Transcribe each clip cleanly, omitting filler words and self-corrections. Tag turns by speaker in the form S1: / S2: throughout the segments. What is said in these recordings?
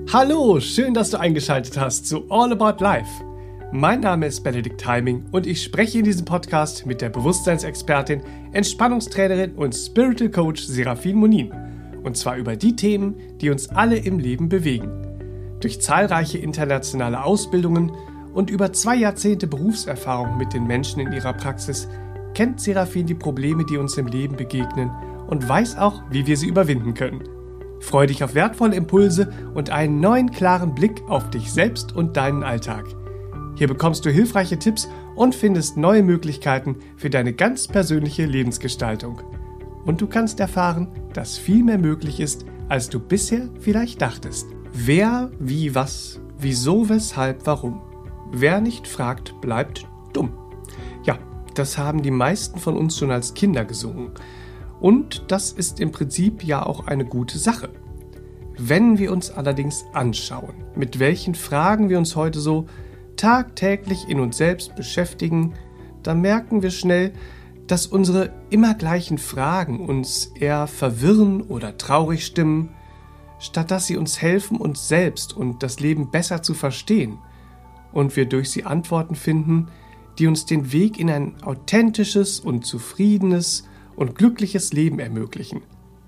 S1: Hallo, schön, dass du eingeschaltet hast zu All About Life. Mein Name ist Benedikt Heiming und ich spreche in diesem Podcast mit der Bewusstseinsexpertin, Entspannungstrainerin und Spiritual Coach Serafin Monin. Und zwar über die Themen, die uns alle im Leben bewegen. Durch zahlreiche internationale Ausbildungen und über 2 Jahrzehnte Berufserfahrung mit den Menschen in ihrer Praxis kennt Serafin die Probleme, die uns im Leben begegnen und weiß auch, wie wir sie überwinden können. Freue dich auf wertvolle Impulse und einen neuen, klaren Blick auf dich selbst und deinen Alltag. Hier bekommst du hilfreiche Tipps und findest neue Möglichkeiten für deine ganz persönliche Lebensgestaltung. Und du kannst erfahren, dass viel mehr möglich ist, als du bisher vielleicht dachtest. Wer, wie, was, wieso, weshalb, warum. Wer nicht fragt, bleibt dumm. Ja, das haben die meisten von uns schon als Kinder gesungen. Und das ist im Prinzip ja auch eine gute Sache. Wenn wir uns allerdings anschauen, mit welchen Fragen wir uns heute so tagtäglich in uns selbst beschäftigen, dann merken wir schnell, dass unsere immer gleichen Fragen uns eher verwirren oder traurig stimmen, statt dass sie uns helfen, uns selbst und das Leben besser zu verstehen und wir durch sie Antworten finden, die uns den Weg in ein authentisches und zufriedenes und glückliches Leben ermöglichen.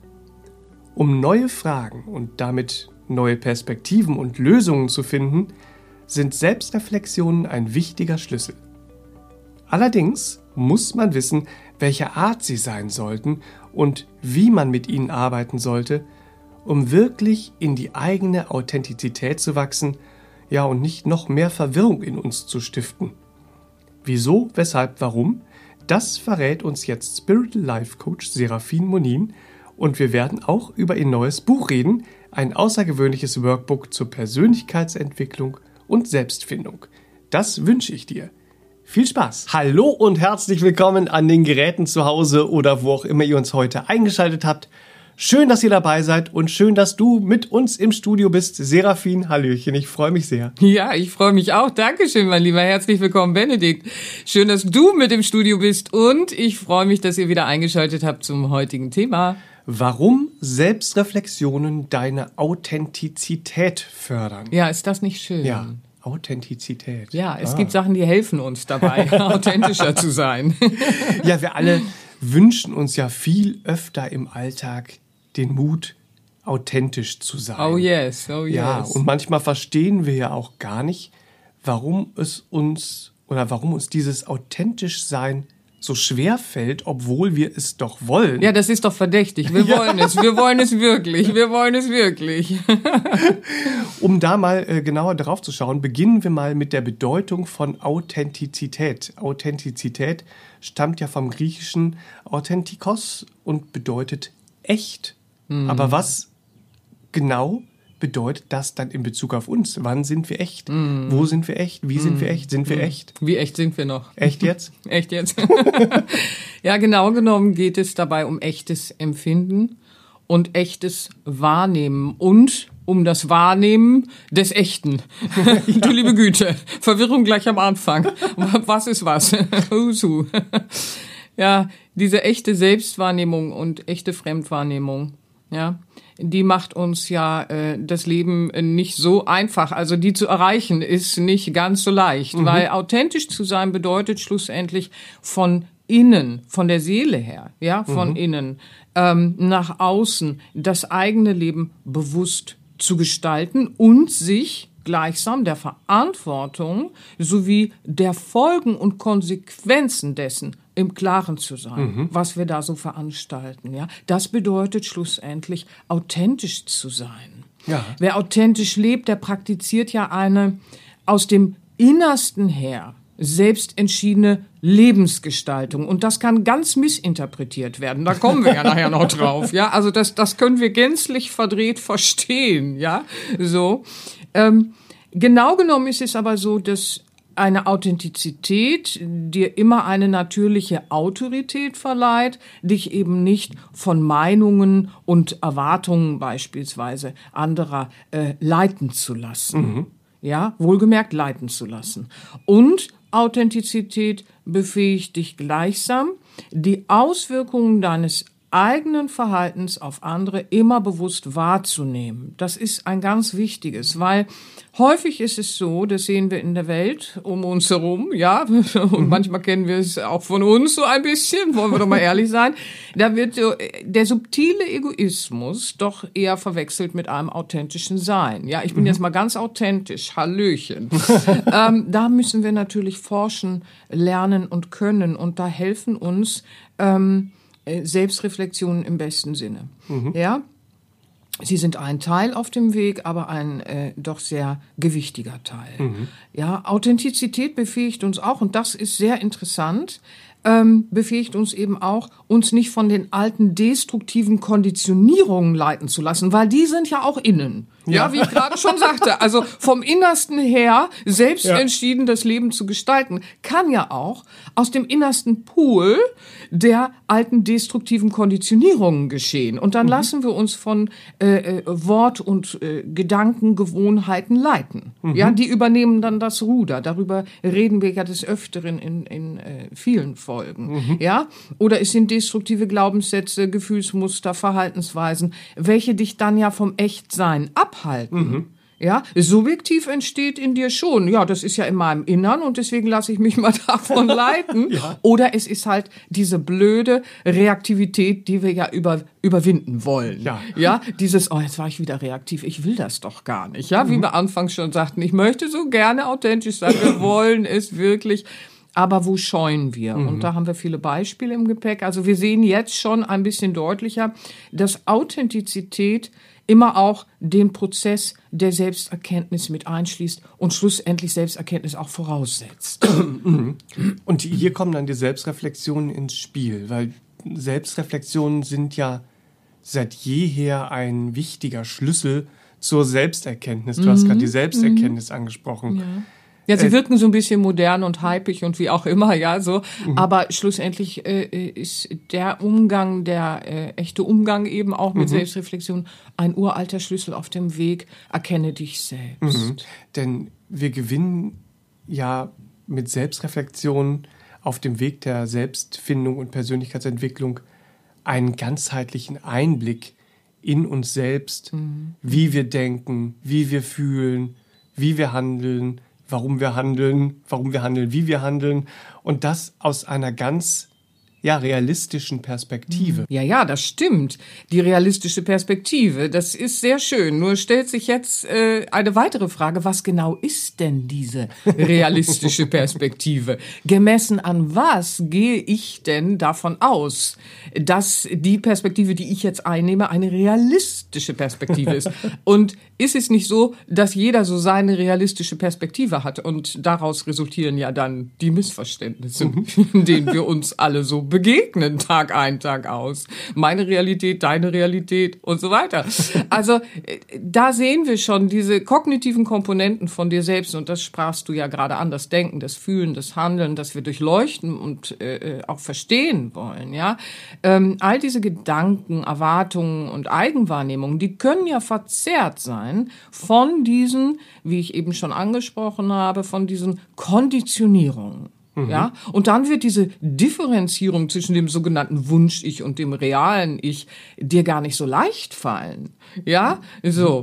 S1: Um neue Fragen und damit neue Perspektiven und Lösungen zu finden, sind Selbstreflexionen ein wichtiger Schlüssel. Allerdings muss man wissen, welcher Art sie sein sollten und wie man mit ihnen arbeiten sollte, um wirklich in die eigene Authentizität zu wachsen, ja, und nicht noch mehr Verwirrung in uns zu stiften. Wieso, weshalb, warum? Das verrät uns jetzt Spiritual Life Coach Serafin Monin und wir werden auch über ihr neues Buch reden, ein außergewöhnliches Workbook zur Persönlichkeitsentwicklung und Selbstfindung. Das wünsche ich dir. Viel Spaß! Hallo und herzlich willkommen an den Geräten zu Hause oder wo auch immer ihr uns heute eingeschaltet habt. Schön, dass ihr dabei seid und schön, dass du mit uns im Studio bist. Serafin, hallöchen, ich freue mich sehr.
S2: Ja, ich freue mich auch. Dankeschön, mein Lieber. Herzlich willkommen, Benedikt. Schön, dass du mit im Studio bist und ich freue mich, dass ihr wieder eingeschaltet habt zum heutigen Thema.
S1: Warum Selbstreflexionen deine Authentizität fördern?
S2: Ja, ist das nicht schön?
S1: Ja, Authentizität.
S2: Ja, es gibt Sachen, die helfen uns dabei, authentischer zu sein.
S1: Ja, wir alle wünschen uns ja viel öfter im Alltag den Mut, authentisch zu sein.
S2: Oh yes, oh yes.
S1: Ja, und manchmal verstehen wir ja auch gar nicht, warum uns dieses authentisch sein so schwer fällt, obwohl wir es doch wollen.
S2: Ja, das ist doch verdächtig. Wir wollen es wirklich.
S1: Um da mal genauer drauf zu schauen, beginnen wir mal mit der Bedeutung von Authentizität. Authentizität stammt ja vom griechischen Authentikos und bedeutet echt. Aber was genau bedeutet das dann in Bezug auf uns? Wann sind wir echt? Wo sind wir echt? Wie sind wir echt? Sind wir echt?
S2: Wie echt sind wir noch?
S1: Echt jetzt?
S2: Echt jetzt? Ja, genau genommen geht es dabei um echtes Empfinden und echtes Wahrnehmen und um das Wahrnehmen des Echten. Du liebe Güte, Verwirrung gleich am Anfang. Was ist was? Ja, diese echte Selbstwahrnehmung und echte Fremdwahrnehmung, ja, die macht uns ja das Leben nicht so einfach. Also die zu erreichen ist nicht ganz so leicht, weil authentisch zu sein bedeutet schlussendlich von innen, von der Seele her, ja, von innen nach außen das eigene Leben bewusst zu gestalten und sich gleichsam der Verantwortung sowie der Folgen und Konsequenzen dessen im Klaren zu sein, was wir da so veranstalten. Ja? Das bedeutet schlussendlich, authentisch zu sein.
S1: Ja.
S2: Wer authentisch lebt, der praktiziert ja eine aus dem Innersten her selbst entschiedene Lebensgestaltung. Und das kann ganz missinterpretiert werden. Da kommen wir ja nachher noch drauf. Ja, also das können wir gänzlich verdreht verstehen. Ja, so. Genau genommen ist es aber so, dass eine Authentizität dir immer eine natürliche Autorität verleiht, dich eben nicht von Meinungen und Erwartungen beispielsweise anderer leiten zu lassen. Ja, wohlgemerkt leiten zu lassen. Und Authentizität befähigt dich gleichsam, die Auswirkungen deines eigenen Verhaltens auf andere immer bewusst wahrzunehmen. Das ist ein ganz wichtiges, weil häufig ist es so, das sehen wir in der Welt um uns herum, ja, und manchmal kennen wir es auch von uns so ein bisschen, wollen wir doch mal ehrlich sein, da wird so der subtile Egoismus doch eher verwechselt mit einem authentischen Sein. Ja, ich bin jetzt mal ganz authentisch, Hallöchen. Da müssen wir natürlich forschen, lernen und können, und da helfen uns Selbstreflexionen im besten Sinne. Ja, sie sind ein Teil auf dem Weg, aber ein doch sehr gewichtiger Teil. Ja, Authentizität befähigt uns auch, und das ist sehr interessant, befähigt uns eben auch, uns nicht von den alten destruktiven Konditionierungen leiten zu lassen, weil die sind ja auch innen. Ja, wie ich gerade schon sagte, also vom Innersten her selbst entschieden das Leben zu gestalten, kann ja auch aus dem innersten Pool der alten destruktiven Konditionierungen geschehen. Und dann lassen wir uns von Wort- und Gedankengewohnheiten leiten. Ja, die übernehmen dann das Ruder. Darüber reden wir ja des Öfteren in vielen Folgen. Ja, oder es sind destruktive Glaubenssätze, Gefühlsmuster, Verhaltensweisen, welche dich dann ja vom Echtsein abhalten. Ja, subjektiv entsteht in dir schon, ja, das ist ja in meinem Innern und deswegen lasse ich mich mal davon leiten. Oder es ist halt diese blöde Reaktivität, die wir ja überwinden wollen. Ja, dieses, oh, jetzt war ich wieder reaktiv, ich will das doch gar nicht. Ja, wie wir anfangs schon sagten, ich möchte so gerne authentisch sein, wir wollen es wirklich. Aber wo scheuen wir? Und da haben wir viele Beispiele im Gepäck. Also wir sehen jetzt schon ein bisschen deutlicher, dass Authentizität immer auch den Prozess der Selbsterkenntnis mit einschließt und schlussendlich Selbsterkenntnis auch voraussetzt.
S1: Und hier kommen dann die Selbstreflexionen ins Spiel, weil Selbstreflexionen sind ja seit jeher ein wichtiger Schlüssel zur Selbsterkenntnis. Du hast gerade die Selbsterkenntnis angesprochen.
S2: Ja, sie wirken so ein bisschen modern und hypig und wie auch immer, ja, so. Aber schlussendlich ist der Umgang, der echte Umgang eben auch mit Selbstreflexion ein uralter Schlüssel auf dem Weg, erkenne dich selbst.
S1: Denn wir gewinnen ja mit Selbstreflexion auf dem Weg der Selbstfindung und Persönlichkeitsentwicklung einen ganzheitlichen Einblick in uns selbst, wie wir denken, wie wir fühlen, wie wir handeln, warum wir handeln, wie wir handeln, und das aus einer ganz realistischen Perspektive.
S2: Ja, das stimmt. Die realistische Perspektive, das ist sehr schön. Nur stellt sich jetzt eine weitere Frage, was genau ist denn diese realistische Perspektive? Gemessen an was gehe ich denn davon aus, dass die Perspektive, die ich jetzt einnehme, eine realistische Perspektive ist? Und ist es nicht so, dass jeder so seine realistische Perspektive hat und daraus resultieren ja dann die Missverständnisse, in denen wir uns alle so begegnen, Tag ein, Tag aus. Meine Realität, deine Realität und so weiter. Also da sehen wir schon diese kognitiven Komponenten von dir selbst, und das sprachst du ja gerade an, das Denken, das Fühlen, das Handeln, das wir durchleuchten und auch verstehen wollen. Ja, all diese Gedanken, Erwartungen und Eigenwahrnehmungen, die können ja verzerrt sein von diesen, wie ich eben schon angesprochen habe, von diesen Konditionierungen. Ja, und dann wird diese Differenzierung zwischen dem sogenannten Wunsch-Ich und dem realen Ich dir gar nicht so leicht fallen. Ja, so.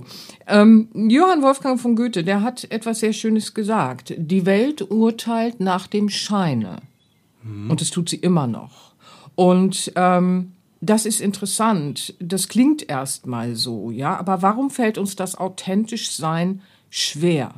S2: Johann Wolfgang von Goethe, der hat etwas sehr Schönes gesagt. Die Welt urteilt nach dem Scheine. Und das tut sie immer noch. Und das ist interessant. Das klingt erstmal so, ja. Aber warum fällt uns das Authentischsein schwer?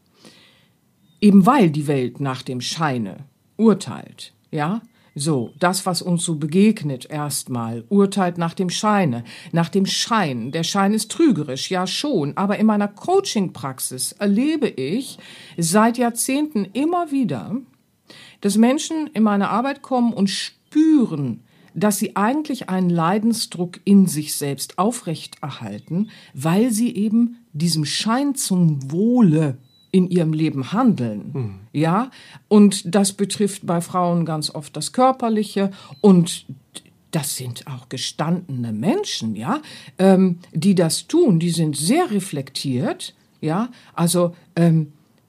S2: Eben weil die Welt nach dem Scheine urteilt, ja. So, das, was uns so begegnet erstmal, urteilt nach dem Scheine, nach dem Schein. Der Schein ist trügerisch, ja schon, aber in meiner Coaching-Praxis erlebe ich seit Jahrzehnten immer wieder, dass Menschen in meine Arbeit kommen und spüren, dass sie eigentlich einen Leidensdruck in sich selbst aufrechterhalten, weil sie eben diesem Schein zum Wohle in ihrem Leben handeln. Ja, und das betrifft bei Frauen ganz oft das Körperliche, und das sind auch gestandene Menschen, ja, die das tun, die sind sehr reflektiert, ja, also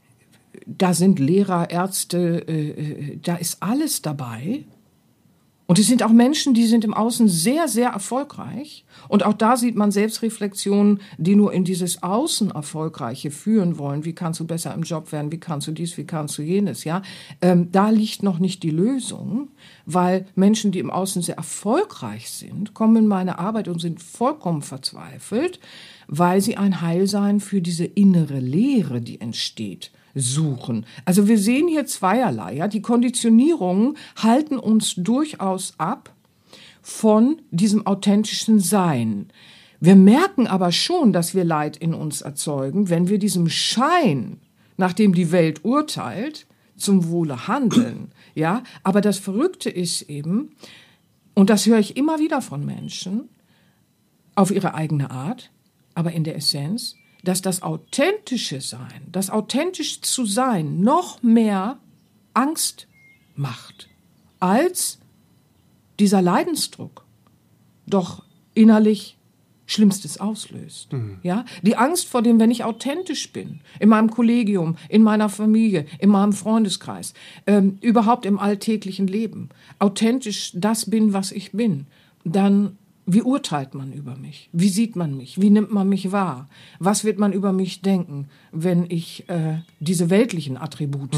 S2: da sind Lehrer, Ärzte, da ist alles dabei. Und es sind auch Menschen, die sind im Außen sehr, sehr erfolgreich. Und auch da sieht man Selbstreflexionen, die nur in dieses Außen Erfolgreiche führen wollen. Wie kannst du besser im Job werden? Wie kannst du dies? Wie kannst du jenes? Ja, da liegt noch nicht die Lösung, weil Menschen, die im Außen sehr erfolgreich sind, kommen in meine Arbeit und sind vollkommen verzweifelt, weil sie ein Heilsein für diese innere Leere, die entsteht, suchen. Also wir sehen hier zweierlei. Ja? Die Konditionierungen halten uns durchaus ab von diesem authentischen Sein. Wir merken aber schon, dass wir Leid in uns erzeugen, wenn wir diesem Schein, nach dem die Welt urteilt, zum Wohle handeln. Ja? Aber das Verrückte ist eben, und das höre ich immer wieder von Menschen, auf ihre eigene Art, aber in der Essenz, dass das authentische Sein, das authentisch zu sein, noch mehr Angst macht, als dieser Leidensdruck doch innerlich Schlimmstes auslöst. Ja? Die Angst vor dem, wenn ich authentisch bin, in meinem Kollegium, in meiner Familie, in meinem Freundeskreis, überhaupt im alltäglichen Leben, authentisch das bin, was ich bin, dann wie urteilt man über mich? Wie sieht man mich? Wie nimmt man mich wahr? Was wird man über mich denken, wenn ich diese weltlichen Attribute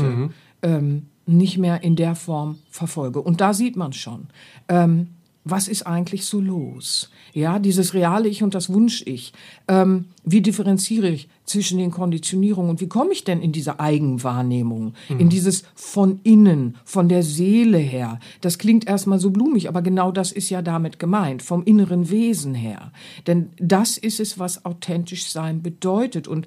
S2: nicht mehr in der Form verfolge? Und da sieht man schon, was ist eigentlich so los? Ja, dieses reale Ich und das Wunsch-Ich. Wie differenziere ich zwischen den Konditionierungen und wie komme ich denn in diese Eigenwahrnehmung, in dieses von innen, von der Seele her? Das klingt erstmal so blumig, aber genau das ist ja damit gemeint, vom inneren Wesen her. Denn das ist es, was authentisch sein bedeutet. Und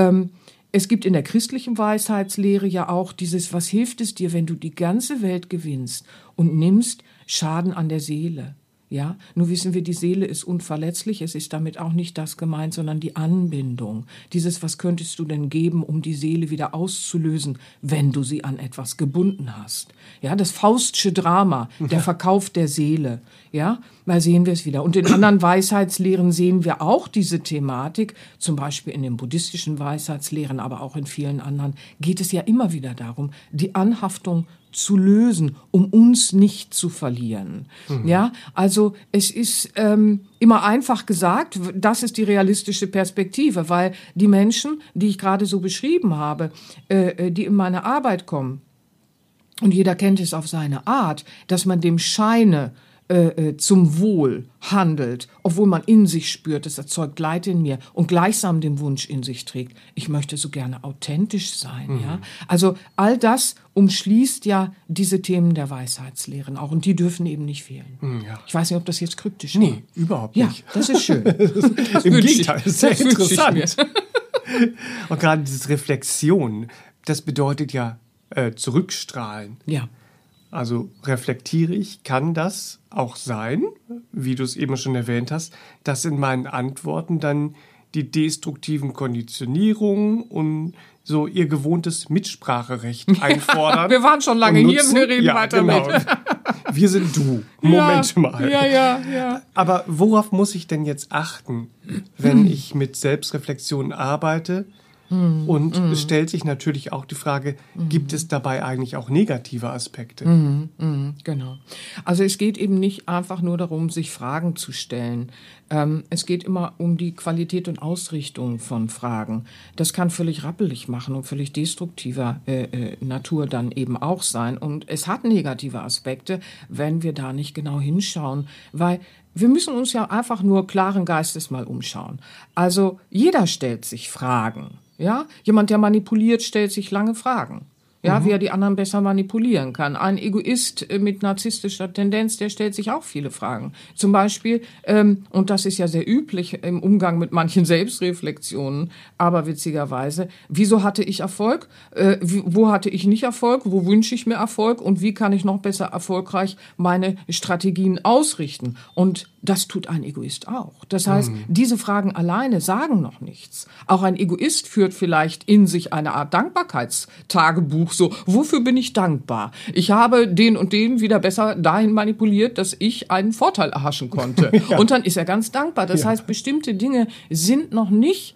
S2: es gibt in der christlichen Weisheitslehre ja auch dieses, was hilft es dir, wenn du die ganze Welt gewinnst und nimmst Schaden an der Seele. Ja, nur wissen wir, die Seele ist unverletzlich. Es ist damit auch nicht das gemeint, sondern die Anbindung. Dieses, was könntest du denn geben, um die Seele wieder auszulösen, wenn du sie an etwas gebunden hast? Ja, das Faustsche Drama, der Verkauf der Seele. Ja, mal sehen wir es wieder. Und in anderen Weisheitslehren sehen wir auch diese Thematik. Zum Beispiel in den buddhistischen Weisheitslehren, aber auch in vielen anderen geht es ja immer wieder darum, die Anhaftung zu lösen, um uns nicht zu verlieren. Ja, also es ist immer einfach gesagt, das ist die realistische Perspektive, weil die Menschen, die ich gerade so beschrieben habe, die in meine Arbeit kommen, und jeder kennt es auf seine Art, dass man dem Scheine zum Wohl handelt, obwohl man in sich spürt, es erzeugt Leid in mir und gleichsam den Wunsch in sich trägt, ich möchte so gerne authentisch sein. Ja? Also all das umschließt ja diese Themen der Weisheitslehren auch und die dürfen eben nicht fehlen.
S1: Ja.
S2: Ich weiß nicht, ob das jetzt kryptisch war.
S1: Nee, überhaupt nicht.
S2: Ja, das ist schön.
S1: Im Gegenteil, das ist sehr interessant. Und gerade diese Reflexion, das bedeutet ja zurückstrahlen.
S2: Ja.
S1: Also reflektiere ich, kann das auch sein, wie du es eben schon erwähnt hast, dass in meinen Antworten dann die destruktiven Konditionierungen und so ihr gewohntes Mitspracherecht einfordern.
S2: Wir waren schon lange hier, wir reden weiter mit.
S1: Wir sind du. Moment mal.
S2: Ja.
S1: Aber worauf muss ich denn jetzt achten, wenn ich mit Selbstreflexion arbeite? Und es stellt sich natürlich auch die Frage, gibt es dabei eigentlich auch negative Aspekte?
S2: Genau. Also es geht eben nicht einfach nur darum, sich Fragen zu stellen. Es geht immer um die Qualität und Ausrichtung von Fragen. Das kann völlig rappelig machen und völlig destruktiver Natur dann eben auch sein. Und es hat negative Aspekte, wenn wir da nicht genau hinschauen, weil wir müssen uns ja einfach nur klaren Geistes mal umschauen. Also jeder stellt sich Fragen. Ja, jemand, der manipuliert, stellt sich lange Fragen. Ja, wie er die anderen besser manipulieren kann. Ein Egoist mit narzisstischer Tendenz, der stellt sich auch viele Fragen. Zum Beispiel, und das ist ja sehr üblich im Umgang mit manchen Selbstreflexionen, aber witzigerweise, wieso hatte ich Erfolg? Wo hatte ich nicht Erfolg? Wo wünsche ich mir Erfolg? Und wie kann ich noch besser erfolgreich meine Strategien ausrichten? Und das tut ein Egoist auch. Das heißt, diese Fragen alleine sagen noch nichts. Auch ein Egoist führt vielleicht in sich eine Art Dankbarkeitstagebuch. So, wofür bin ich dankbar? Ich habe den und den wieder besser dahin manipuliert, dass ich einen Vorteil erhaschen konnte. Ja. Und dann ist er ganz dankbar. Das heißt, bestimmte Dinge sind noch nicht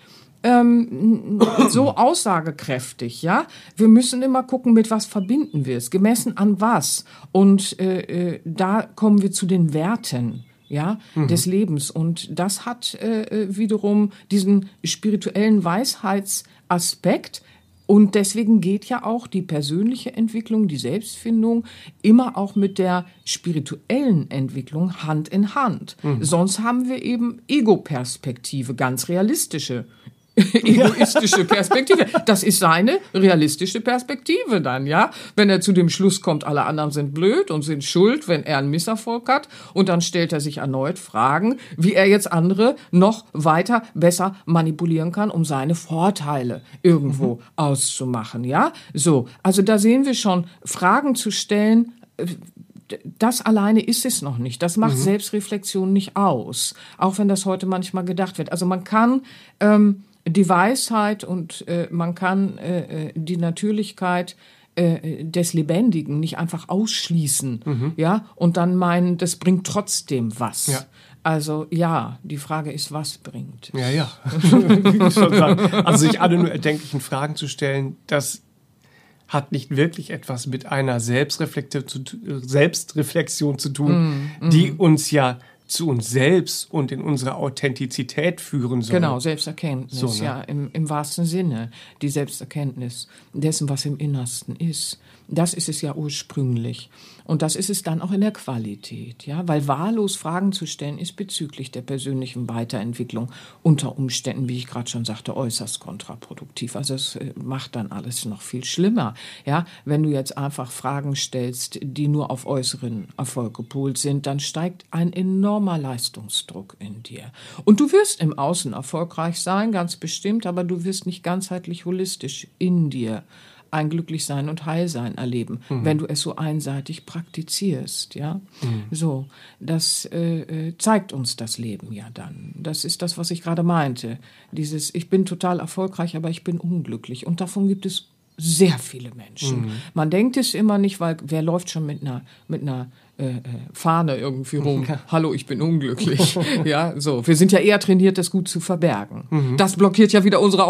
S2: so aussagekräftig, ja. Wir müssen immer gucken, mit was verbinden wir es, gemessen an was. Und da kommen wir zu den Werten, ja, des Lebens. Und das hat wiederum diesen spirituellen Weisheitsaspekt. Und deswegen geht ja auch die persönliche Entwicklung, die Selbstfindung immer auch mit der spirituellen Entwicklung Hand in Hand. Sonst haben wir eben Ego-Perspektive, ganz realistische, egoistische Perspektive. Das ist seine realistische Perspektive dann, ja. Wenn er zu dem Schluss kommt, alle anderen sind blöd und sind schuld, wenn er einen Misserfolg hat. Und dann stellt er sich erneut Fragen, wie er jetzt andere noch weiter besser manipulieren kann, um seine Vorteile irgendwo auszumachen, ja. So, also da sehen wir schon, Fragen zu stellen, das alleine ist es noch nicht. Das macht Selbstreflexion nicht aus. Auch wenn das heute manchmal gedacht wird. Also man kann die Weisheit und man kann die Natürlichkeit des Lebendigen nicht einfach ausschließen, ja, und dann meinen, das bringt trotzdem was. Ja. Also ja, die Frage ist, was bringt.
S1: Ja. Wie ich schon sage. Also sich alle nur erdenklichen Fragen zu stellen, das hat nicht wirklich etwas mit einer Selbstreflexion zu tun, die uns ja zu uns selbst und in unsere Authentizität führen soll.
S2: Genau, Selbsterkenntnis, so, ne? Ja, im wahrsten Sinne. Die Selbsterkenntnis dessen, was im Innersten ist. Das ist es ja ursprünglich. Und das ist es dann auch in der Qualität, ja, weil wahllos Fragen zu stellen ist bezüglich der persönlichen Weiterentwicklung unter Umständen, wie ich gerade schon sagte, äußerst kontraproduktiv. Also es macht dann alles noch viel schlimmer, ja. Wenn du jetzt einfach Fragen stellst, die nur auf äußeren Erfolg gepolt sind, dann steigt ein enormer Leistungsdruck in dir. Und du wirst im Außen erfolgreich sein, ganz bestimmt, aber du wirst nicht ganzheitlich holistisch in dir ein Glücklichsein und Heilsein erleben, wenn du es so einseitig praktizierst, ja. So, das zeigt uns das Leben ja dann. Das ist das, was ich gerade meinte. Dieses, ich bin total erfolgreich, aber ich bin unglücklich. Und davon gibt es sehr viele Menschen. Man denkt es immer nicht, weil wer läuft schon mit einer Fahne irgendwie rum. Hallo, ich bin unglücklich. Ja, so. Wir sind ja eher trainiert, das gut zu verbergen. Das blockiert ja wieder unseren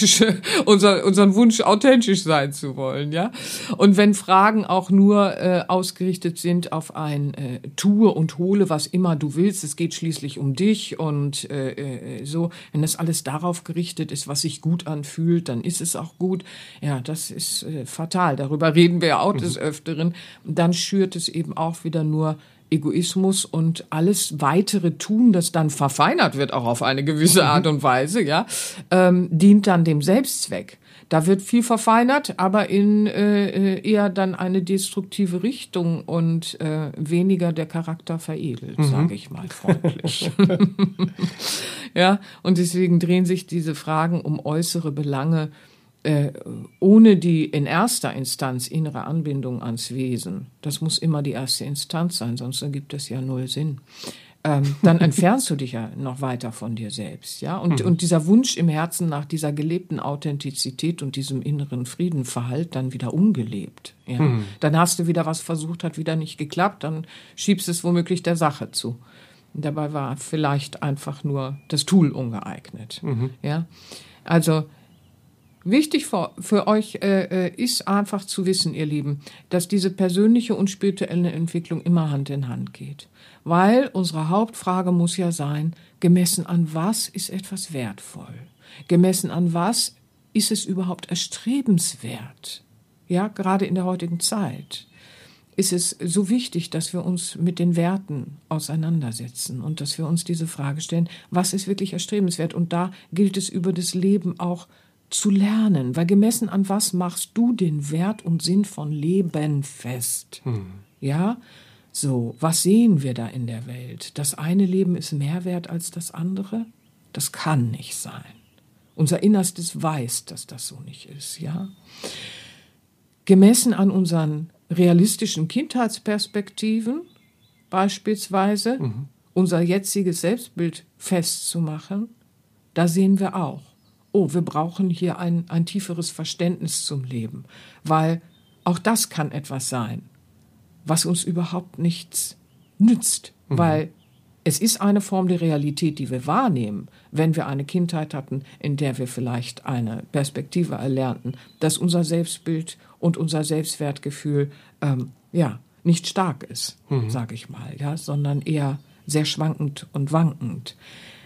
S2: Wunsch, authentisch sein zu wollen, ja. Und wenn Fragen auch nur ausgerichtet sind auf ein Tue und hole, was immer du willst, es geht schließlich um dich und so, wenn das alles darauf gerichtet ist, was sich gut anfühlt, dann ist es auch gut. Ja, das ist fatal. Darüber reden wir ja auch des Öfteren. Dann schürt es eben auch wieder nur Egoismus und alles weitere Tun, das dann verfeinert wird, auch auf eine gewisse Art und Weise, ja, dient dann dem Selbstzweck. Da wird viel verfeinert, aber in eher dann eine destruktive Richtung und weniger der Charakter veredelt, sage ich mal freundlich. Ja, und deswegen drehen sich diese Fragen um äußere Belange ohne die in erster Instanz innere Anbindung ans Wesen. Das muss immer die erste Instanz sein, sonst ergibt das ja null Sinn. Dann entfernst du dich ja noch weiter von dir selbst, ja. Und dieser Wunsch im Herzen nach dieser gelebten Authentizität und diesem inneren Frieden verhallt dann wieder ungelebt. Ja. Dann hast du wieder was versucht, hat wieder nicht geklappt, dann schiebst es womöglich der Sache zu. Dabei war vielleicht einfach nur das Tool ungeeignet. Ja. Also wichtig für euch ist einfach zu wissen, ihr Lieben, dass diese persönliche und spirituelle Entwicklung immer Hand in Hand geht. Weil unsere Hauptfrage muss ja sein, gemessen an was ist etwas wertvoll? Gemessen an was ist es überhaupt erstrebenswert? Ja, gerade in der heutigen Zeit ist es so wichtig, dass wir uns mit den Werten auseinandersetzen und dass wir uns diese Frage stellen, was ist wirklich erstrebenswert? Und da gilt es über das Leben auch zu lernen, weil gemessen an was machst du den Wert und Sinn von Leben fest? Ja, so, was sehen wir da in der Welt? Das eine Leben ist mehr wert als das andere? Das kann nicht sein. Unser Innerstes weiß, dass das so nicht ist, ja. Gemessen an unseren realistischen Kindheitsperspektiven, beispielsweise, unser jetziges Selbstbild festzumachen, da sehen wir auch, oh, wir brauchen hier ein tieferes Verständnis zum Leben, weil auch das kann etwas sein, was uns überhaupt nichts nützt, weil es ist eine Form der Realität, die wir wahrnehmen, wenn wir eine Kindheit hatten, in der wir vielleicht eine Perspektive erlernten, dass unser Selbstbild und unser Selbstwertgefühl nicht stark ist, sage ich mal, ja, sondern eher sehr schwankend und wankend.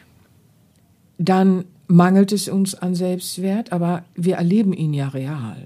S2: Dann mangelt es uns an Selbstwert, aber wir erleben ihn ja real.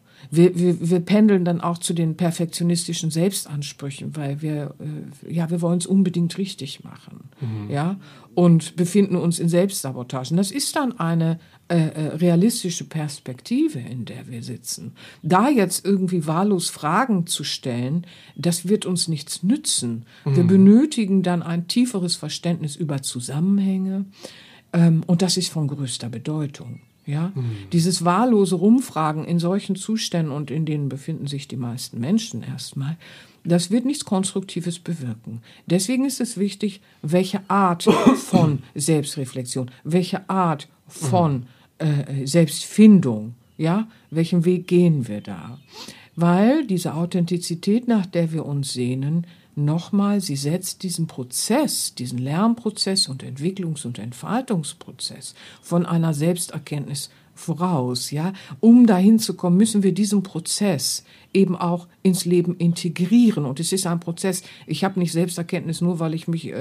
S2: Wir pendeln dann auch zu den perfektionistischen Selbstansprüchen, weil wir wollen es unbedingt richtig machen, ja, und befinden uns in Selbstsabotagen. Das ist dann eine realistische Perspektive, in der wir sitzen. Da jetzt irgendwie wahllos Fragen zu stellen, das wird uns nichts nützen. Wir benötigen dann ein tieferes Verständnis über Zusammenhänge, und das ist von größter Bedeutung. Ja, dieses wahllose Rumfragen in solchen Zuständen, und in denen befinden sich die meisten Menschen erstmal, das wird nichts Konstruktives bewirken. Deswegen ist es wichtig, welche Art von Selbstreflexion, welche Art von Selbstfindung, ja, welchen Weg gehen wir da? Weil diese Authentizität, nach der wir uns sehnen, nochmal, sie setzt diesen Prozess, diesen Lernprozess und Entwicklungs- und Entfaltungsprozess von einer Selbsterkenntnis voraus, ja. Um dahin zu kommen, müssen wir diesen Prozess eben auch ins Leben integrieren. Und es ist ein Prozess, ich habe nicht Selbsterkenntnis nur, weil ich mich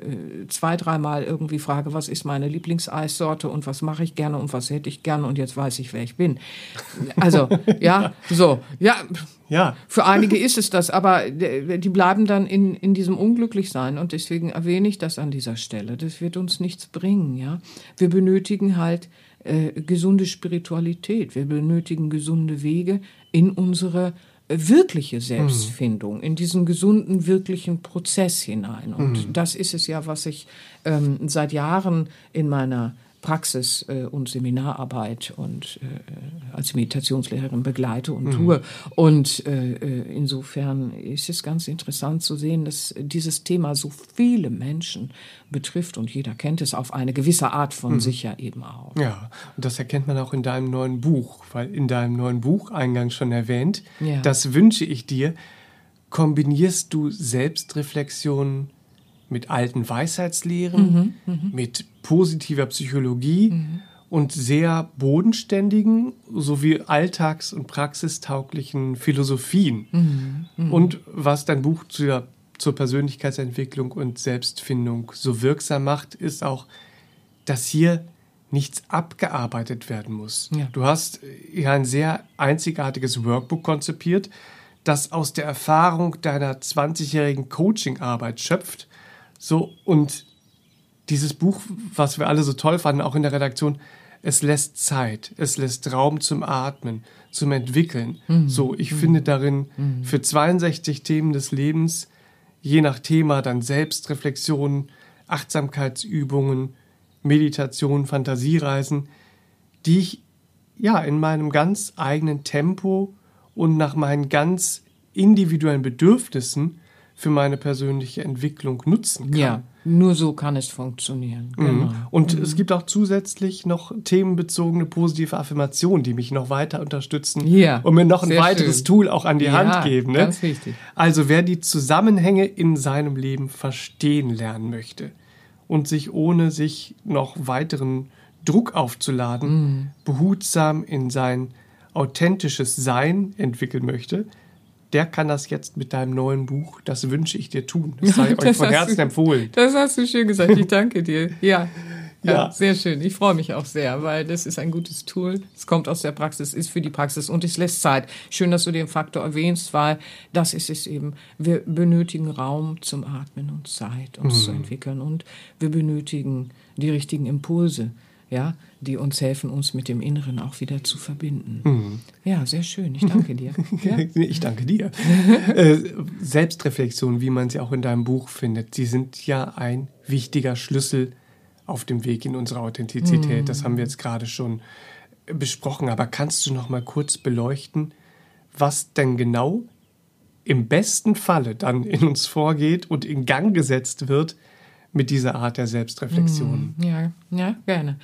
S2: 2-3 Mal irgendwie frage, was ist meine Lieblingseissorte und was mache ich gerne und was hätte ich gerne und jetzt weiß ich, wer ich bin. Also, ja, so, ja. Ja. Für einige ist es das, aber die bleiben dann in diesem Unglücklichsein, und deswegen erwähne ich das an dieser Stelle. Das wird uns nichts bringen, ja. Wir benötigen halt gesunde Spiritualität. Wir benötigen gesunde Wege in unsere wirkliche Selbstfindung, in diesen gesunden, wirklichen Prozess hinein. Und das ist es ja, was ich seit Jahren in meiner Praxis und Seminararbeit und als Meditationslehrerin begleite und tue. Und insofern ist es ganz interessant zu sehen, dass dieses Thema so viele Menschen betrifft, und jeder kennt es auf eine gewisse Art von sich ja eben auch.
S1: Ja, und das erkennt man auch in deinem neuen Buch, weil in deinem neuen Buch, eingangs schon erwähnt, das wünsche ich dir, kombinierst du Selbstreflexion mit alten Weisheitslehren, mit positiver Psychologie und sehr bodenständigen sowie alltags- und praxistauglichen Philosophien. Und was dein Buch zur Persönlichkeitsentwicklung und Selbstfindung so wirksam macht, ist auch, dass hier nichts abgearbeitet werden muss. Ja. Du hast hier ein sehr einzigartiges Workbook konzipiert, das aus der Erfahrung deiner 20-jährigen Coaching-Arbeit schöpft. So, und dieses Buch, was wir alle so toll fanden, auch in der Redaktion, es lässt Zeit, es lässt Raum zum Atmen, zum Entwickeln. So, ich finde darin für 62 Themen des Lebens, je nach Thema dann Selbstreflexion, Achtsamkeitsübungen, Meditation, Fantasiereisen, die ich in meinem ganz eigenen Tempo und nach meinen ganz individuellen Bedürfnissen für meine persönliche Entwicklung nutzen kann.
S2: Ja, nur so kann es funktionieren. Genau.
S1: Und es gibt auch zusätzlich noch themenbezogene positive Affirmationen, die mich noch weiter unterstützen und mir noch ein weiteres Tool auch an die Hand geben. Ne?
S2: Ganz wichtig.
S1: Also wer die Zusammenhänge in seinem Leben verstehen lernen möchte und sich ohne sich noch weiteren Druck aufzuladen, behutsam in sein authentisches Sein entwickeln möchte, der kann das jetzt mit deinem neuen Buch, das wünsche ich dir, tun. Das sei euch von Herzen empfohlen.
S2: Das hast du schön gesagt, ich danke dir. Ja, sehr schön. Ich freue mich auch sehr, weil das ist ein gutes Tool. Es kommt aus der Praxis, ist für die Praxis und es lässt Zeit. Schön, dass du den Faktor erwähnst, weil das ist es eben. Wir benötigen Raum zum Atmen und Zeit, uns zu entwickeln, und wir benötigen die richtigen Impulse, die uns helfen, uns mit dem Inneren auch wieder zu verbinden. Ja, sehr schön. Ich danke dir. Ja?
S1: Ich danke dir. Selbstreflexion, wie man sie auch in deinem Buch findet, sie sind ja ein wichtiger Schlüssel auf dem Weg in unsere Authentizität. Das haben wir jetzt gerade schon besprochen. Aber kannst du noch mal kurz beleuchten, was denn genau im besten Falle dann in uns vorgeht und in Gang gesetzt wird mit dieser Art der Selbstreflexion?
S2: Ja, gerne.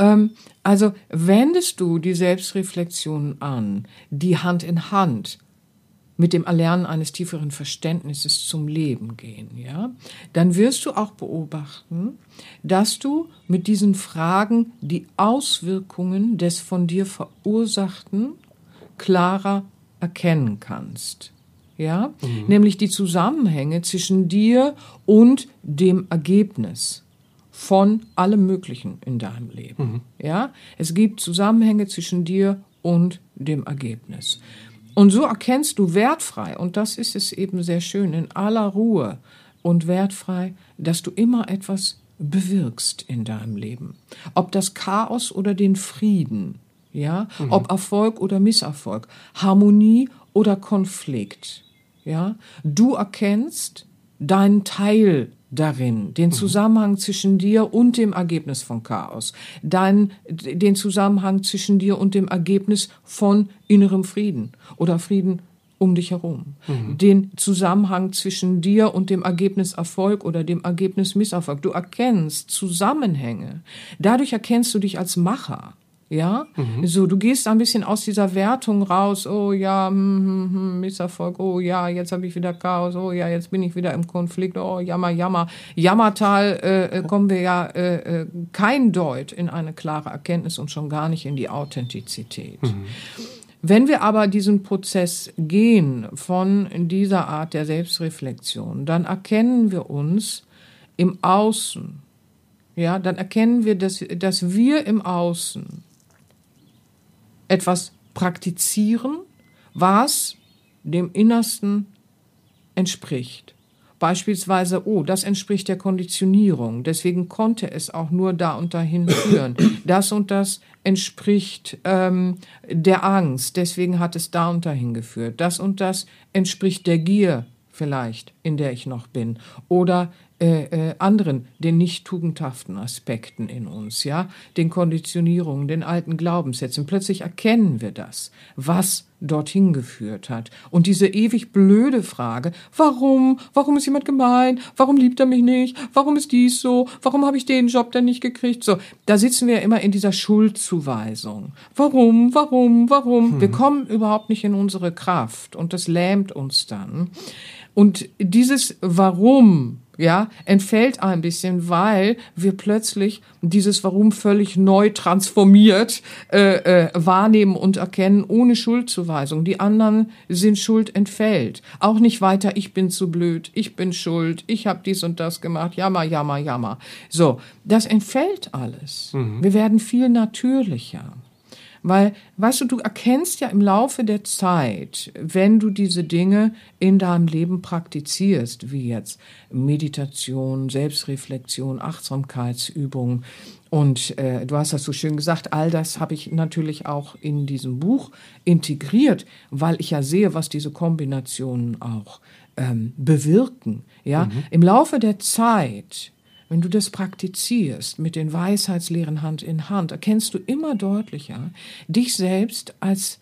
S2: Also wendest du die Selbstreflexion an, die Hand in Hand mit dem Erlernen eines tieferen Verständnisses zum Leben gehen, ja, dann wirst du auch beobachten, dass du mit diesen Fragen die Auswirkungen des von dir Verursachten klarer erkennen kannst. Ja, nämlich die Zusammenhänge zwischen dir und dem Ergebnis von allem Möglichen in deinem Leben. Ja, es gibt Zusammenhänge zwischen dir und dem Ergebnis. Und so erkennst du wertfrei, und das ist es eben sehr schön, in aller Ruhe und wertfrei, dass du immer etwas bewirkst in deinem Leben. Ob das Chaos oder den Frieden, ja, ob Erfolg oder Misserfolg, Harmonie oder Konflikt. Ja, du erkennst deinen Teil darin, den Zusammenhang zwischen dir und dem Ergebnis von Chaos, den Zusammenhang zwischen dir und dem Ergebnis von innerem Frieden oder Frieden um dich herum, den Zusammenhang zwischen dir und dem Ergebnis Erfolg oder dem Ergebnis Misserfolg. Du erkennst Zusammenhänge. Dadurch erkennst du dich als Macher. Ja, so, du gehst ein bisschen aus dieser Wertung raus, oh ja, Misserfolg, oh ja, jetzt habe ich wieder Chaos, oh ja, jetzt bin ich wieder im Konflikt, oh Jammer, Jammer. Jammertal kommen wir ja kein Deut in eine klare Erkenntnis und schon gar nicht in die Authentizität. Wenn wir aber diesen Prozess gehen von dieser Art der Selbstreflexion, dann erkennen wir uns im Außen, ja, dann erkennen wir, dass wir im Außen etwas praktizieren, was dem Innersten entspricht. Beispielsweise, oh, das entspricht der Konditionierung, deswegen konnte es auch nur da und dahin führen. Das und das entspricht der Angst, deswegen hat es da und dahin geführt. Das und das entspricht der Gier vielleicht, in der ich noch bin. Oder anderen, den nicht tugendhaften Aspekten in uns, ja, den Konditionierungen, den alten Glaubenssätzen. Plötzlich erkennen wir das, was dorthin geführt hat. Und diese ewig blöde Frage, warum ist jemand gemein? Warum liebt er mich nicht? Warum ist dies so? Warum habe ich den Job denn nicht gekriegt? So, da sitzen wir immer in dieser Schuldzuweisung. Warum? Wir kommen überhaupt nicht in unsere Kraft und das lähmt uns dann. Und dieses Warum, ja, entfällt ein bisschen, weil wir plötzlich dieses Warum völlig neu transformiert wahrnehmen und erkennen, ohne Schuldzuweisung. Die anderen sind Schuld entfällt. Auch nicht weiter, ich bin zu blöd, ich bin schuld, ich habe dies und das gemacht, jammer, jammer, jammer. So, das entfällt alles. Wir werden viel natürlicher. Weil, weißt du, du erkennst ja im Laufe der Zeit, wenn du diese Dinge in deinem Leben praktizierst, wie jetzt Meditation, Selbstreflexion, Achtsamkeitsübungen. Und du hast das so schön gesagt, all das habe ich natürlich auch in diesem Buch integriert, weil ich ja sehe, was diese Kombinationen auch bewirken. Ja, im Laufe der Zeit, wenn du das praktizierst mit den Weisheitslehren Hand in Hand, erkennst du immer deutlicher dich selbst als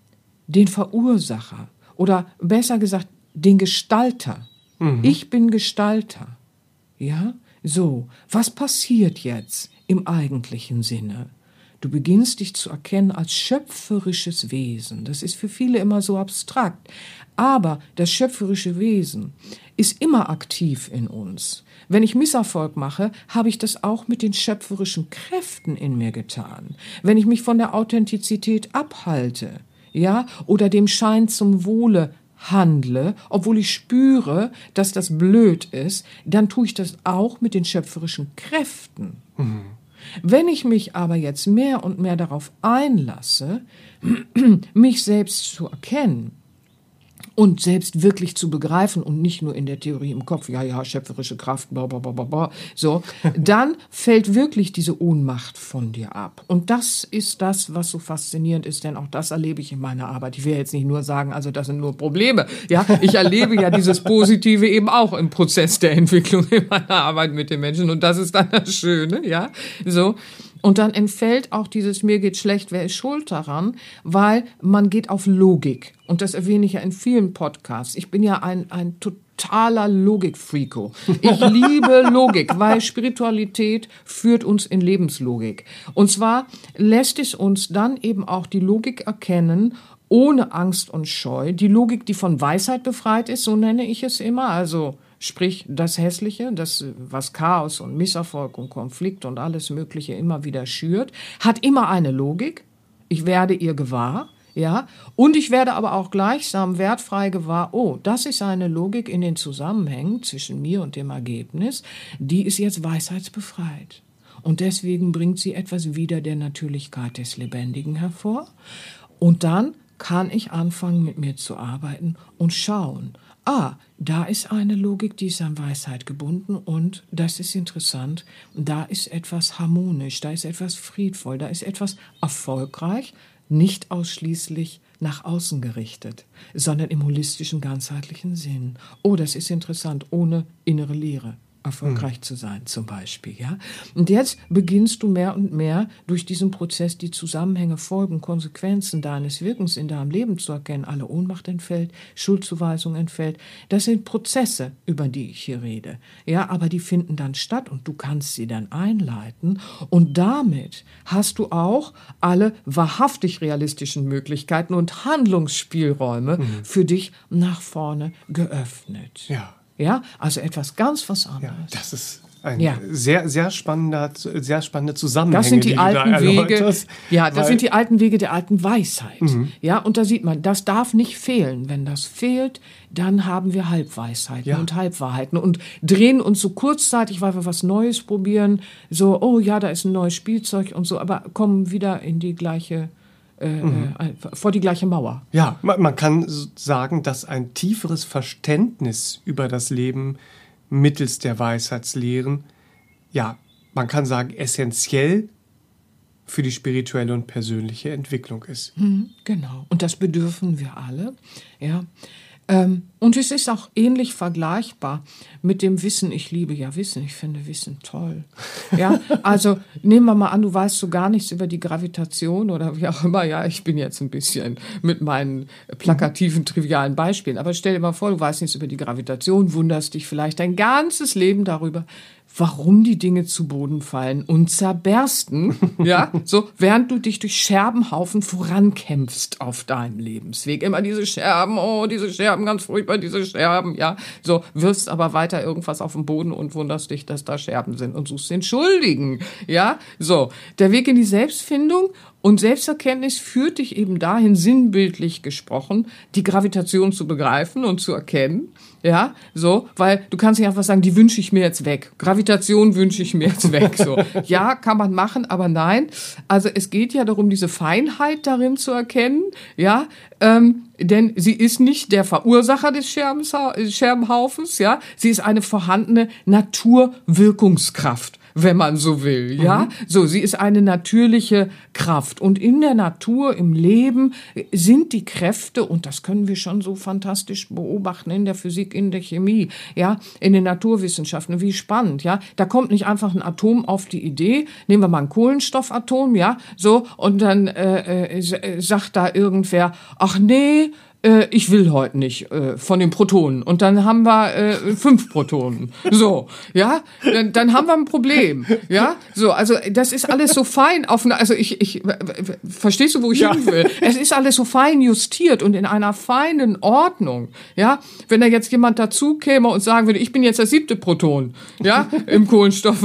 S2: den Verursacher oder besser gesagt den Gestalter. Ich bin Gestalter. Ja, so. Was passiert jetzt im eigentlichen Sinne? Du beginnst dich zu erkennen als schöpferisches Wesen. Das ist für viele immer so abstrakt. Aber das schöpferische Wesen ist immer aktiv in uns. Wenn ich Misserfolg mache, habe ich das auch mit den schöpferischen Kräften in mir getan. Wenn ich mich von der Authentizität abhalte, ja, oder dem Schein zum Wohle handle, obwohl ich spüre, dass das blöd ist, dann tue ich das auch mit den schöpferischen Kräften. Wenn ich mich aber jetzt mehr und mehr darauf einlasse, mich selbst zu erkennen und selbst wirklich zu begreifen und nicht nur in der Theorie im Kopf, ja, schöpferische Kraft, so, dann fällt wirklich diese Ohnmacht von dir ab. Und das ist das, was so faszinierend ist, denn auch das erlebe ich in meiner Arbeit. Ich will jetzt nicht nur sagen, also das sind nur Probleme. Ja, ich erlebe ja dieses Positive eben auch im Prozess der Entwicklung in meiner Arbeit mit den Menschen und das ist dann das Schöne, ja, so. Und dann entfällt auch dieses mir geht schlecht, wer ist schuld daran, weil man geht auf Logik. Und das erwähne ich ja in vielen Podcasts. Ich bin ja ein totaler Logik-Freako. Ich liebe Logik, weil Spiritualität führt uns in Lebenslogik. Und zwar lässt es uns dann eben auch die Logik erkennen, ohne Angst und Scheu. Die Logik, die von Weisheit befreit ist, so nenne ich es immer, also sprich das Hässliche, das, was Chaos und Misserfolg und Konflikt und alles Mögliche immer wieder schürt, hat immer eine Logik. Ich werde ihr gewahr, ja, und ich werde aber auch gleichsam wertfrei gewahr, oh, das ist eine Logik in den Zusammenhängen zwischen mir und dem Ergebnis, die ist jetzt weisheitsbefreit. Und deswegen bringt sie etwas wieder der Natürlichkeit des Lebendigen hervor. Und dann kann ich anfangen, mit mir zu arbeiten und schauen, da ist eine Logik, die ist an Weisheit gebunden und das ist interessant, da ist etwas harmonisch, da ist etwas friedvoll, da ist etwas erfolgreich, nicht ausschließlich nach außen gerichtet, sondern im holistischen, ganzheitlichen Sinn. Oh, das ist interessant, ohne innere Leere erfolgreich zu sein, zum Beispiel, ja. Und jetzt beginnst du mehr und mehr durch diesen Prozess die Zusammenhänge, Folgen, Konsequenzen deines Wirkens in deinem Leben zu erkennen. Alle Ohnmacht entfällt, Schuldzuweisung entfällt. Das sind Prozesse, über die ich hier rede, ja, aber die finden dann statt und du kannst sie dann einleiten und damit hast du auch alle wahrhaftig realistischen Möglichkeiten und Handlungsspielräume für dich nach vorne geöffnet.
S1: Ja.
S2: Ja, also etwas ganz was anderes.
S1: Ja, das ist ein sehr spannende Zusammenhänge,
S2: das sind die alten Wege. Ja, das sind
S1: die
S2: die alten Wege der alten Weisheit. Ja, und da sieht man, das darf nicht fehlen. Wenn das fehlt, dann haben wir Halbweisheiten und Halbwahrheiten und drehen uns so kurzzeitig, weil wir was Neues probieren, so, oh ja, da ist ein neues Spielzeug und so, aber kommen wieder in die gleiche vor die gleiche Mauer.
S1: Ja, man kann sagen, dass ein tieferes Verständnis über das Leben mittels der Weisheitslehren, ja, man kann sagen, essentiell für die spirituelle und persönliche Entwicklung ist.
S2: Genau. Und das bedürfen wir alle, ja. Und es ist auch ähnlich vergleichbar mit dem Wissen. Ich liebe ja Wissen. Ich finde Wissen toll. Ja, also nehmen wir mal an, du weißt so gar nichts über die Gravitation oder wie auch immer. Ja, ich bin jetzt ein bisschen mit meinen plakativen, trivialen Beispielen. Aber stell dir mal vor, du weißt nichts über die Gravitation, wunderst dich vielleicht dein ganzes Leben darüber, warum die Dinge zu Boden fallen und zerbersten, ja, so, während du dich durch Scherbenhaufen vorankämpfst auf deinem Lebensweg. Immer diese Scherben, oh, diese Scherben, ganz furchtbar, diese Scherben, ja, so, wirfst aber weiter irgendwas auf den Boden und wunderst dich, dass da Scherben sind und suchst den Schuldigen, ja, so. Der Weg in die Selbstfindung und Selbsterkenntnis führt dich eben dahin, sinnbildlich gesprochen, die Gravitation zu begreifen und zu erkennen. Ja, so, weil du kannst nicht einfach sagen, die wünsche ich mir jetzt weg. Gravitation wünsche ich mir jetzt weg. So, ja, kann man machen, aber nein. Also es geht ja darum, diese Feinheit darin zu erkennen, ja, denn sie ist nicht der Verursacher des Scherbenhaufens, ja, sie ist eine vorhandene Naturwirkungskraft, wenn man so will, ja. So, sie ist eine natürliche Kraft. Und in der Natur, im Leben sind die Kräfte, und das können wir schon so fantastisch beobachten in der Physik, in der Chemie, ja, in den Naturwissenschaften, wie spannend, ja. Da kommt nicht einfach ein Atom auf die Idee, nehmen wir mal ein Kohlenstoffatom, ja, so, und dann sagt da irgendwer, ach nee, ich will heute nicht von den Protonen. Und dann haben wir 5 Protonen. So, ja, dann haben wir ein Problem. Ja, so, also das ist alles so fein also ich verstehst du, wo ich hin will? Es ist alles so fein justiert und in einer feinen Ordnung. Ja, wenn da jetzt jemand dazu käme und sagen würde, ich bin jetzt das 7. Proton, ja, im Kohlenstoff.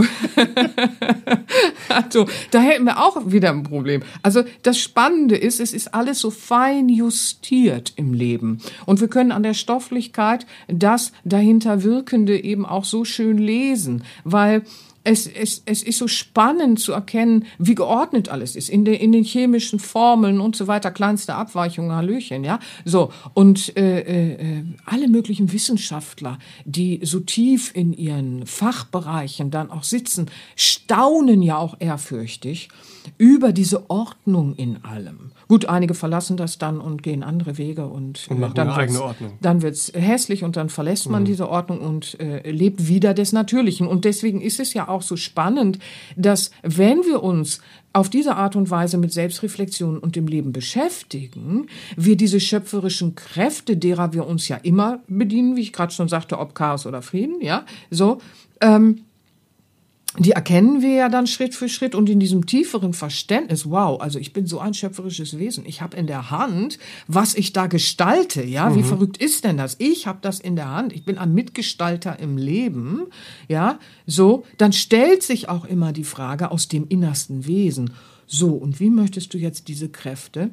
S2: Also, da hätten wir auch wieder ein Problem. Also das Spannende ist, es ist alles so fein justiert im Leben. Und wir können an der Stofflichkeit das dahinter Wirkende eben auch so schön lesen, weil es ist so spannend zu erkennen, wie geordnet alles ist, in den chemischen Formeln und so weiter, kleinste Abweichungen, Hallöchen, ja, so, und alle möglichen Wissenschaftler, die so tief in ihren Fachbereichen dann auch sitzen, staunen ja auch ehrfürchtig über diese Ordnung in allem. Gut, einige verlassen das dann und gehen andere Wege und
S1: machen eine eigene Ordnung.
S2: Dann wird's hässlich und dann verlässt man diese Ordnung und lebt wieder des Natürlichen. Und deswegen ist es ja auch so spannend, dass wenn wir uns auf diese Art und Weise mit Selbstreflexion und dem Leben beschäftigen, wir diese schöpferischen Kräfte, derer wir uns ja immer bedienen, wie ich gerade schon sagte, ob Chaos oder Frieden, ja, so, die erkennen wir ja dann Schritt für Schritt und in diesem tieferen Verständnis, wow, also ich bin so ein schöpferisches Wesen, ich habe in der Hand, was ich da gestalte, ja, wie verrückt ist denn das? Ich habe das in der Hand, ich bin ein Mitgestalter im Leben, ja, so, dann stellt sich auch immer die Frage aus dem innersten Wesen, so, und wie möchtest du jetzt diese Kräfte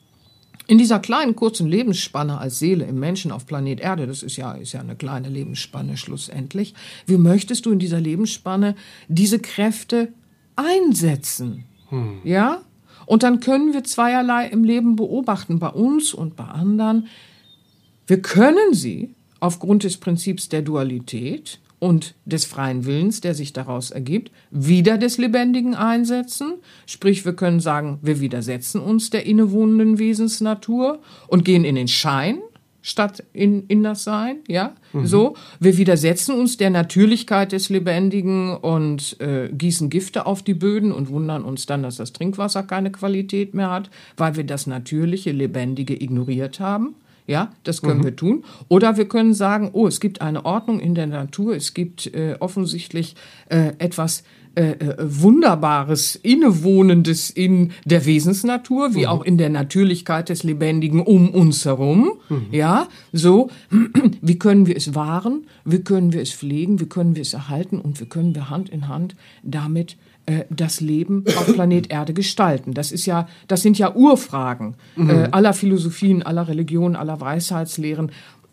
S2: in dieser kleinen, kurzen Lebensspanne als Seele im Menschen auf Planet Erde, das ist ja eine kleine Lebensspanne schlussendlich, wie möchtest du in dieser Lebensspanne diese Kräfte einsetzen? Ja? Und dann können wir zweierlei im Leben beobachten, bei uns und bei anderen. Wir können sie aufgrund des Prinzips der Dualität und des freien Willens, der sich daraus ergibt, wieder des Lebendigen einsetzen. Sprich, wir können sagen, wir widersetzen uns der innewohnenden Wesensnatur und gehen in den Schein statt in das Sein, ja, so. Wir widersetzen uns der Natürlichkeit des Lebendigen und gießen Gifte auf die Böden und wundern uns dann, dass das Trinkwasser keine Qualität mehr hat, weil wir das natürliche, Lebendige ignoriert haben. Ja, das können wir tun. Oder wir können sagen, oh, es gibt eine Ordnung in der Natur, es gibt offensichtlich etwas Wunderbares, Innewohnendes in der Wesensnatur, wie auch in der Natürlichkeit des Lebendigen um uns herum. Ja, so, wie können wir es wahren, wie können wir es pflegen, wie können wir es erhalten und wie können wir Hand in Hand damit das Leben auf Planet Erde gestalten. Das sind ja Urfragen aller Philosophien, aller Religionen, aller Weisheitslehren.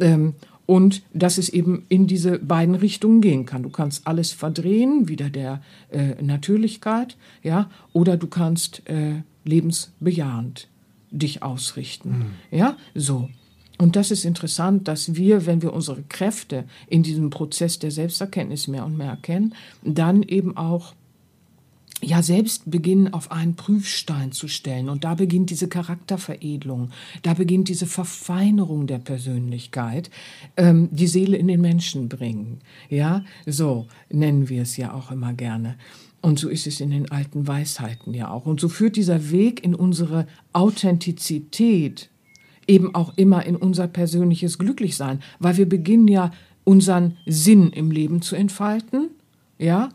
S2: Und dass es eben in diese beiden Richtungen gehen kann. Du kannst alles verdrehen, wieder der Natürlichkeit, ja, oder du kannst lebensbejahend dich ausrichten. Ja, so. Und das ist interessant, dass wir, wenn wir unsere Kräfte in diesem Prozess der Selbsterkenntnis mehr und mehr erkennen, dann eben auch ja selbst beginnen, auf einen Prüfstein zu stellen. Und da beginnt diese Charakterveredelung, da beginnt diese Verfeinerung der Persönlichkeit, die Seele in den Menschen bringen. Ja, so nennen wir es ja auch immer gerne. Und so ist es in den alten Weisheiten ja auch. Und so führt dieser Weg in unsere Authentizität eben auch immer in unser persönliches Glücklichsein, weil wir beginnen ja unseren Sinn im Leben zu entfalten, ja,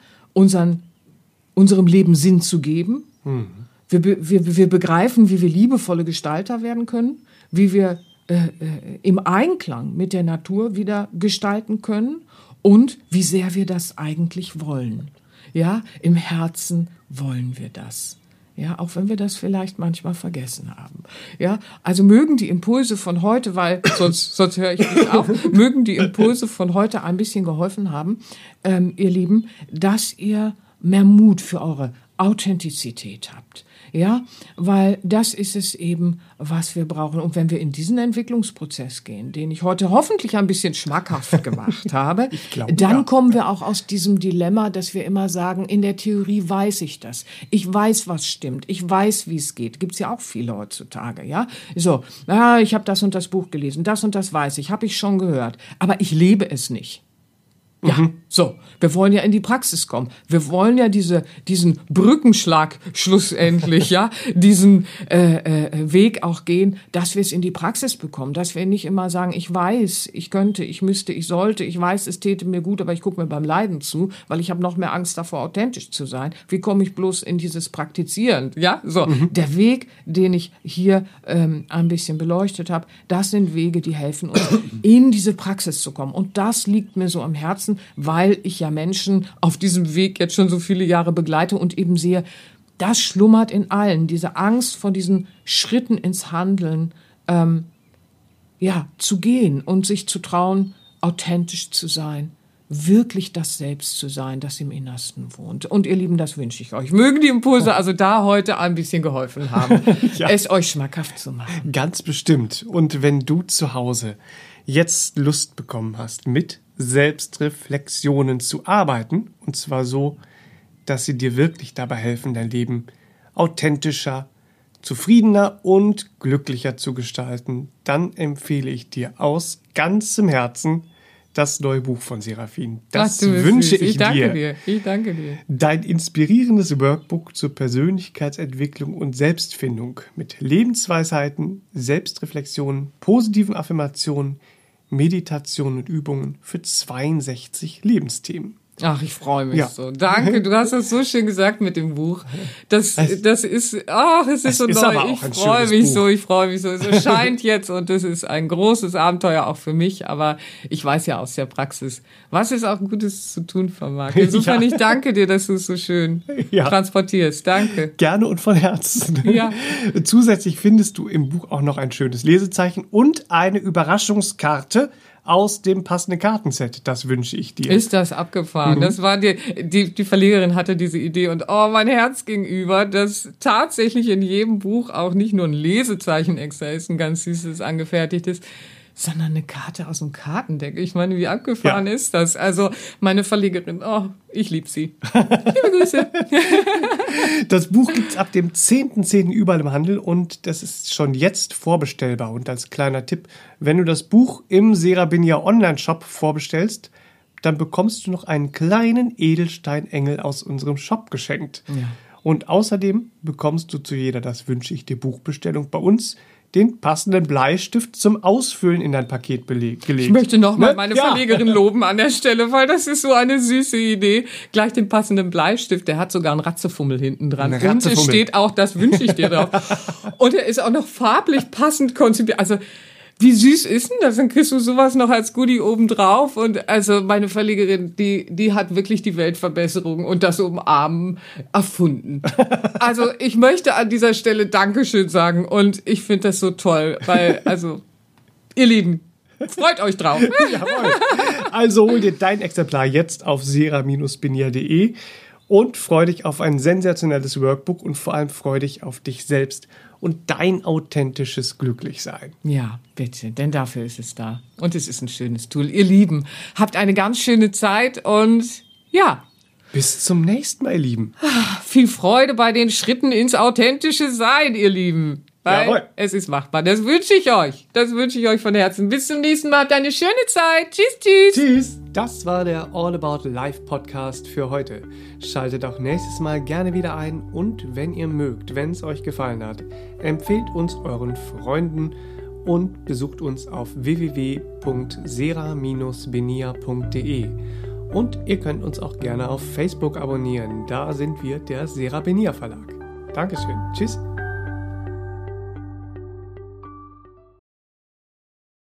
S2: unserem Leben Sinn zu geben. Wir begreifen, wie wir liebevolle Gestalter werden können, wie wir im Einklang mit der Natur wieder gestalten können und wie sehr wir das eigentlich wollen. Ja, im Herzen wollen wir das. Ja, auch wenn wir das vielleicht manchmal vergessen haben. Ja, also mögen die Impulse von heute, weil sonst höre ich nicht auf, mögen die Impulse von heute ein bisschen geholfen haben, ihr Lieben, dass ihr mehr Mut für eure Authentizität habt. Ja, weil das ist es eben, was wir brauchen. Und wenn wir in diesen Entwicklungsprozess gehen, den ich heute hoffentlich ein bisschen schmackhaft gemacht habe, dann kommen wir auch aus diesem Dilemma, dass wir immer sagen, in der Theorie weiß ich das. Ich weiß, was stimmt. Ich weiß, wie es geht. Gibt's ja auch viele heutzutage, ja. So, ich habe das und das Buch gelesen, das und das weiß ich, habe ich schon gehört. Aber ich lebe es nicht. Ja, so, wir wollen ja in die Praxis kommen. Wir wollen ja diesen Brückenschlag schlussendlich, ja, diesen Weg auch gehen, dass wir es in die Praxis bekommen, dass wir nicht immer sagen, ich weiß, ich könnte, ich müsste, ich sollte, ich weiß, es täte mir gut, aber ich gucke mir beim Leiden zu, weil ich habe noch mehr Angst davor, authentisch zu sein. Wie komme ich bloß in dieses Praktizieren? Ja, so, der Weg, den ich hier ein bisschen beleuchtet habe, das sind Wege, die helfen uns, in diese Praxis zu kommen. Und das liegt mir so am Herzen, weil ich ja Menschen auf diesem Weg jetzt schon so viele Jahre begleite und eben sehe, das schlummert in allen, diese Angst vor diesen Schritten ins Handeln, zu gehen und sich zu trauen, authentisch zu sein, wirklich das Selbst zu sein, das im Innersten wohnt. Und ihr Lieben, das wünsche ich euch. Mögen die Impulse also da heute ein bisschen geholfen haben, es euch schmackhaft zu machen.
S1: Ganz bestimmt. Und wenn du zu Hause jetzt Lust bekommen hast, mit Selbstreflexionen zu arbeiten, und zwar so, dass sie dir wirklich dabei helfen, dein Leben authentischer, zufriedener und glücklicher zu gestalten, dann empfehle ich dir aus ganzem Herzen das neue Buch von Serafin. Das wünsche ich dir.
S2: Ich danke dir.
S1: Dein inspirierendes Workbook zur Persönlichkeitsentwicklung und Selbstfindung mit Lebensweisheiten, Selbstreflexionen, positiven Affirmationen, Meditation und Übungen für 62 Lebensthemen.
S2: Ach, ich freue mich so. Danke, du hast das so schön gesagt mit dem Buch. Das ist, es ist so neu. Ich freue mich so. Es erscheint jetzt und das ist ein großes Abenteuer auch für mich, aber ich weiß ja aus der Praxis, was es auch Gutes zu tun vermag. Insofern, ich danke dir, dass du es so schön transportierst. Danke.
S1: Gerne und von Herzen.
S2: Ja.
S1: Zusätzlich findest du im Buch auch noch ein schönes Lesezeichen und eine Überraschungskarte aus dem passenden Kartenset. Das wünsche ich dir.
S2: Ist das abgefahren? Das war die Verlegerin hatte diese Idee und mein Herz ging über, dass tatsächlich in jedem Buch auch nicht nur ein Lesezeichen extra ist, ein ganz süßes angefertigtes, sondern eine Karte aus dem Kartendeck. Ich meine, wie abgefahren ist das? Also meine Verlegerin, ich liebe sie. Liebe Grüße.
S1: Das Buch gibt's ab dem 10.10. überall im Handel und das ist schon jetzt vorbestellbar. Und als kleiner Tipp, wenn du das Buch im Serabinia Online-Shop vorbestellst, dann bekommst du noch einen kleinen Edelsteinengel aus unserem Shop geschenkt. Ja. Und außerdem bekommst du zu jeder Das wünsche ich dir Buchbestellung bei uns den passenden Bleistift zum Ausfüllen in dein Paket gelegt.
S2: Ich möchte nochmal meine Verlegerin loben an der Stelle, weil das ist so eine süße Idee. Gleich den passenden Bleistift, der hat sogar einen Ratzefummel hinten dran. Und es steht auch, das wünsche ich dir drauf. Und er ist auch noch farblich passend konzipiert. Also, wie süß ist denn das? Dann kriegst du sowas noch als Goodie obendrauf. Und also meine Verlegerin, die hat wirklich die Weltverbesserung und das Umarmen erfunden. Also ich möchte an dieser Stelle Dankeschön sagen und ich finde das so toll, weil, also, ihr Lieben, freut euch drauf.
S1: Jawohl. Also hol dir dein Exemplar jetzt auf sera-benia.de und freu dich auf ein sensationelles Workbook und vor allem freu dich auf dich selbst und dein authentisches Glücklichsein.
S2: Ja, bitte, denn dafür ist es da. Und es ist ein schönes Tool. Ihr Lieben, habt eine ganz schöne Zeit und ja.
S1: Bis zum nächsten Mal, ihr Lieben.
S2: Viel Freude bei den Schritten ins authentische Sein, ihr Lieben. Weil
S1: Jawohl.
S2: Es ist machbar. Das wünsche ich euch. Das wünsche ich euch von Herzen. Bis zum nächsten Mal. Habt eine schöne Zeit. Tschüss, tschüss.
S1: Tschüss. Das war der All About Life Podcast für heute. Schaltet auch nächstes Mal gerne wieder ein und wenn ihr mögt, wenn es euch gefallen hat, empfehlt uns euren Freunden und besucht uns auf www.sera-benia.de. Und ihr könnt uns auch gerne auf Facebook abonnieren. Da sind wir der Sera Benia Verlag. Dankeschön. Tschüss.